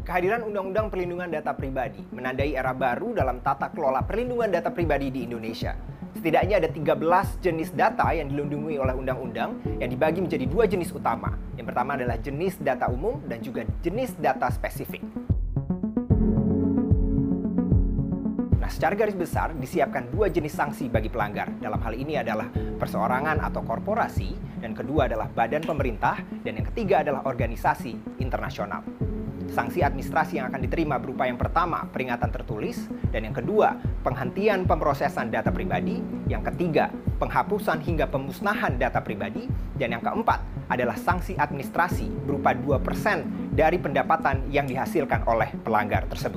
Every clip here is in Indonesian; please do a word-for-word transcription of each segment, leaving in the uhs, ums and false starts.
Kehadiran Undang-Undang Perlindungan Data Pribadi menandai era baru dalam tata kelola perlindungan data pribadi di Indonesia. Setidaknya ada tiga belas jenis data yang dilindungi oleh undang-undang yang dibagi menjadi dua jenis utama. Yang pertama adalah jenis data umum dan juga jenis data spesifik. Nah, secara garis besar disiapkan dua jenis sanksi bagi pelanggar. Dalam hal ini adalah perseorangan atau korporasi, dan kedua adalah badan pemerintah, dan yang ketiga adalah organisasi internasional. Sanksi administrasi yang akan diterima berupa yang pertama, peringatan tertulis, dan yang kedua, penghentian pemrosesan data pribadi, yang ketiga, penghapusan hingga pemusnahan data pribadi, dan yang keempat adalah sanksi administrasi berupa dua persen dari pendapatan yang dihasilkan oleh pelanggar tersebut.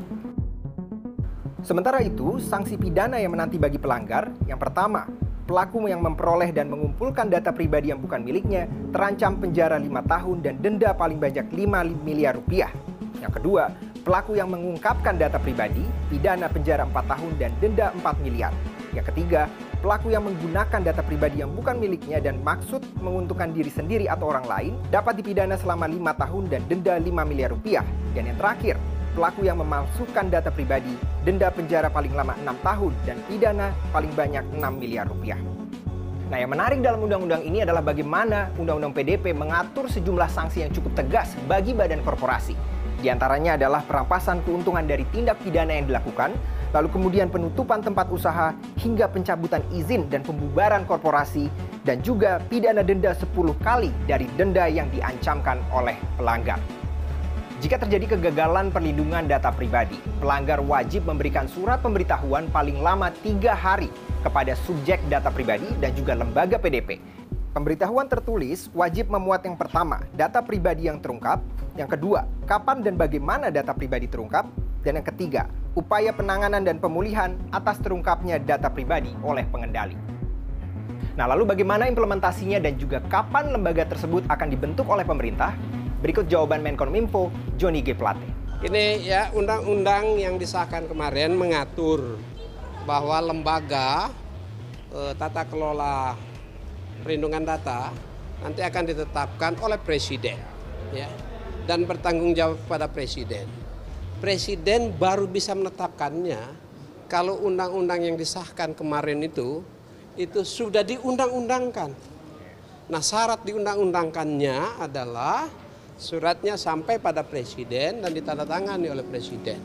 Sementara itu, sanksi pidana yang menanti bagi pelanggar, yang pertama, pelaku yang memperoleh dan mengumpulkan data pribadi yang bukan miliknya terancam penjara lima tahun dan denda paling banyak lima miliar rupiah. Yang kedua, pelaku yang mengungkapkan data pribadi, pidana penjara empat tahun dan denda empat miliar. Yang ketiga, pelaku yang menggunakan data pribadi yang bukan miliknya dan maksud menguntungkan diri sendiri atau orang lain dapat dipidana selama lima tahun dan denda lima miliar rupiah. Dan yang terakhir, pelaku yang memalsukan data pribadi, denda penjara paling lama enam tahun dan pidana paling banyak enam miliar rupiah. Nah, yang menarik dalam undang-undang ini adalah bagaimana Undang-Undang P D P mengatur sejumlah sanksi yang cukup tegas bagi badan korporasi. Di antaranya adalah perampasan keuntungan dari tindak pidana yang dilakukan, lalu kemudian penutupan tempat usaha hingga pencabutan izin dan pembubaran korporasi, dan juga pidana denda sepuluh kali dari denda yang diancamkan oleh pelanggar. Jika terjadi kegagalan perlindungan data pribadi, pelanggar wajib memberikan surat pemberitahuan paling lama tiga hari kepada subjek data pribadi dan juga lembaga P D P. Pemberitahuan tertulis wajib memuat yang pertama, data pribadi yang terungkap, yang kedua, kapan dan bagaimana data pribadi terungkap, dan yang ketiga, upaya penanganan dan pemulihan atas terungkapnya data pribadi oleh pengendali. Nah, lalu bagaimana implementasinya dan juga kapan lembaga tersebut akan dibentuk oleh pemerintah? Berikut jawaban Menkominfo, Johnny G. Plate. Ini ya, undang-undang yang disahkan kemarin mengatur bahwa lembaga eh, tata kelola perlindungan data nanti akan ditetapkan oleh Presiden, ya, dan bertanggung jawab pada Presiden. Presiden baru bisa menetapkannya kalau undang-undang yang disahkan kemarin itu itu sudah diundang-undangkan. Nah, syarat diundang-undangkannya adalah suratnya sampai pada Presiden dan ditandatangani oleh Presiden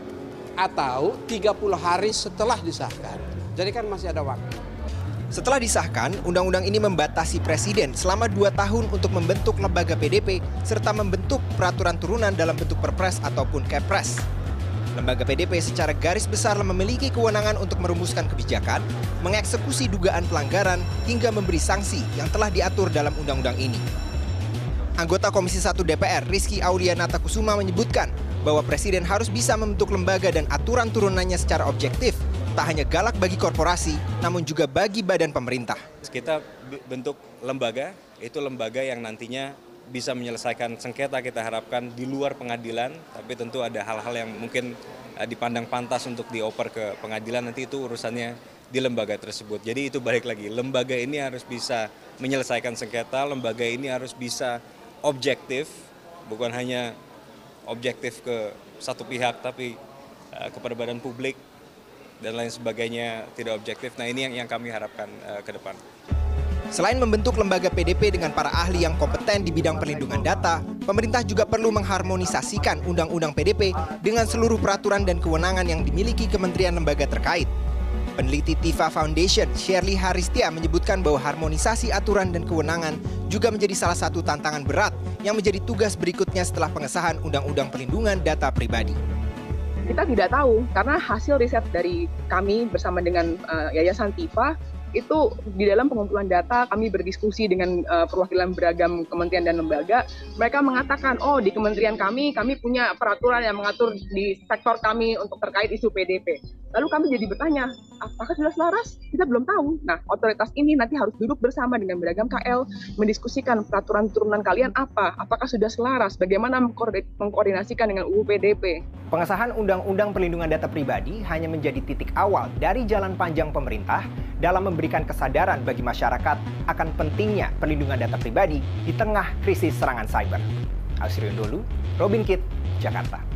atau tiga puluh hari setelah disahkan. Jadi kan masih ada waktu. Setelah disahkan, undang-undang ini membatasi Presiden selama dua tahun untuk membentuk lembaga P D P serta membentuk peraturan turunan dalam bentuk Perpres ataupun Kepres. Lembaga P D P secara garis besar memiliki kewenangan untuk merumuskan kebijakan, mengeksekusi dugaan pelanggaran, hingga memberi sanksi yang telah diatur dalam undang-undang ini. Anggota Komisi satu D P R, Rizky Aulia Natakusuma menyebutkan bahwa Presiden harus bisa membentuk lembaga dan aturan turunannya secara objektif, tak hanya galak bagi korporasi, namun juga bagi badan pemerintah. Kita bentuk lembaga, itu lembaga yang nantinya bisa menyelesaikan sengketa kita harapkan di luar pengadilan, tapi tentu ada hal-hal yang mungkin dipandang pantas untuk dioper ke pengadilan, nanti itu urusannya di lembaga tersebut. Jadi itu balik lagi, lembaga ini harus bisa menyelesaikan sengketa, lembaga ini harus bisa objektif, bukan hanya objektif ke satu pihak, tapi uh, kepada badan publik, dan lain sebagainya tidak objektif. Nah, ini yang, yang kami harapkan uh, ke depan. Selain membentuk lembaga P D P dengan para ahli yang kompeten di bidang perlindungan data, pemerintah juga perlu mengharmonisasikan Undang-Undang P D P dengan seluruh peraturan dan kewenangan yang dimiliki kementerian lembaga terkait. Peneliti Tifa Foundation, Shirley Haristia menyebutkan bahwa harmonisasi aturan dan kewenangan juga menjadi salah satu tantangan berat yang menjadi tugas berikutnya setelah pengesahan Undang-Undang Perlindungan Data Pribadi. Kita tidak tahu karena hasil riset dari kami bersama dengan uh, Yayasan Tifa itu di dalam pengumpulan data kami berdiskusi dengan uh, perwakilan beragam kementerian dan lembaga. Mereka mengatakan, oh di kementerian kami, kami punya peraturan yang mengatur di sektor kami untuk terkait isu P D P. Lalu kami jadi bertanya, apakah sudah selaras? Kita belum tahu. Nah, otoritas ini nanti harus duduk bersama dengan beragam K L, mendiskusikan peraturan turunan kalian apa, apakah sudah selaras, bagaimana mengkoordinasikan dengan U U P D P. Pengesahan Undang-Undang Perlindungan Data Pribadi hanya menjadi titik awal dari jalan panjang pemerintah dalam memberikan kesadaran bagi masyarakat akan pentingnya perlindungan data pribadi di tengah krisis serangan cyber. Ausriun Dolu, Robin Kitt, Jakarta.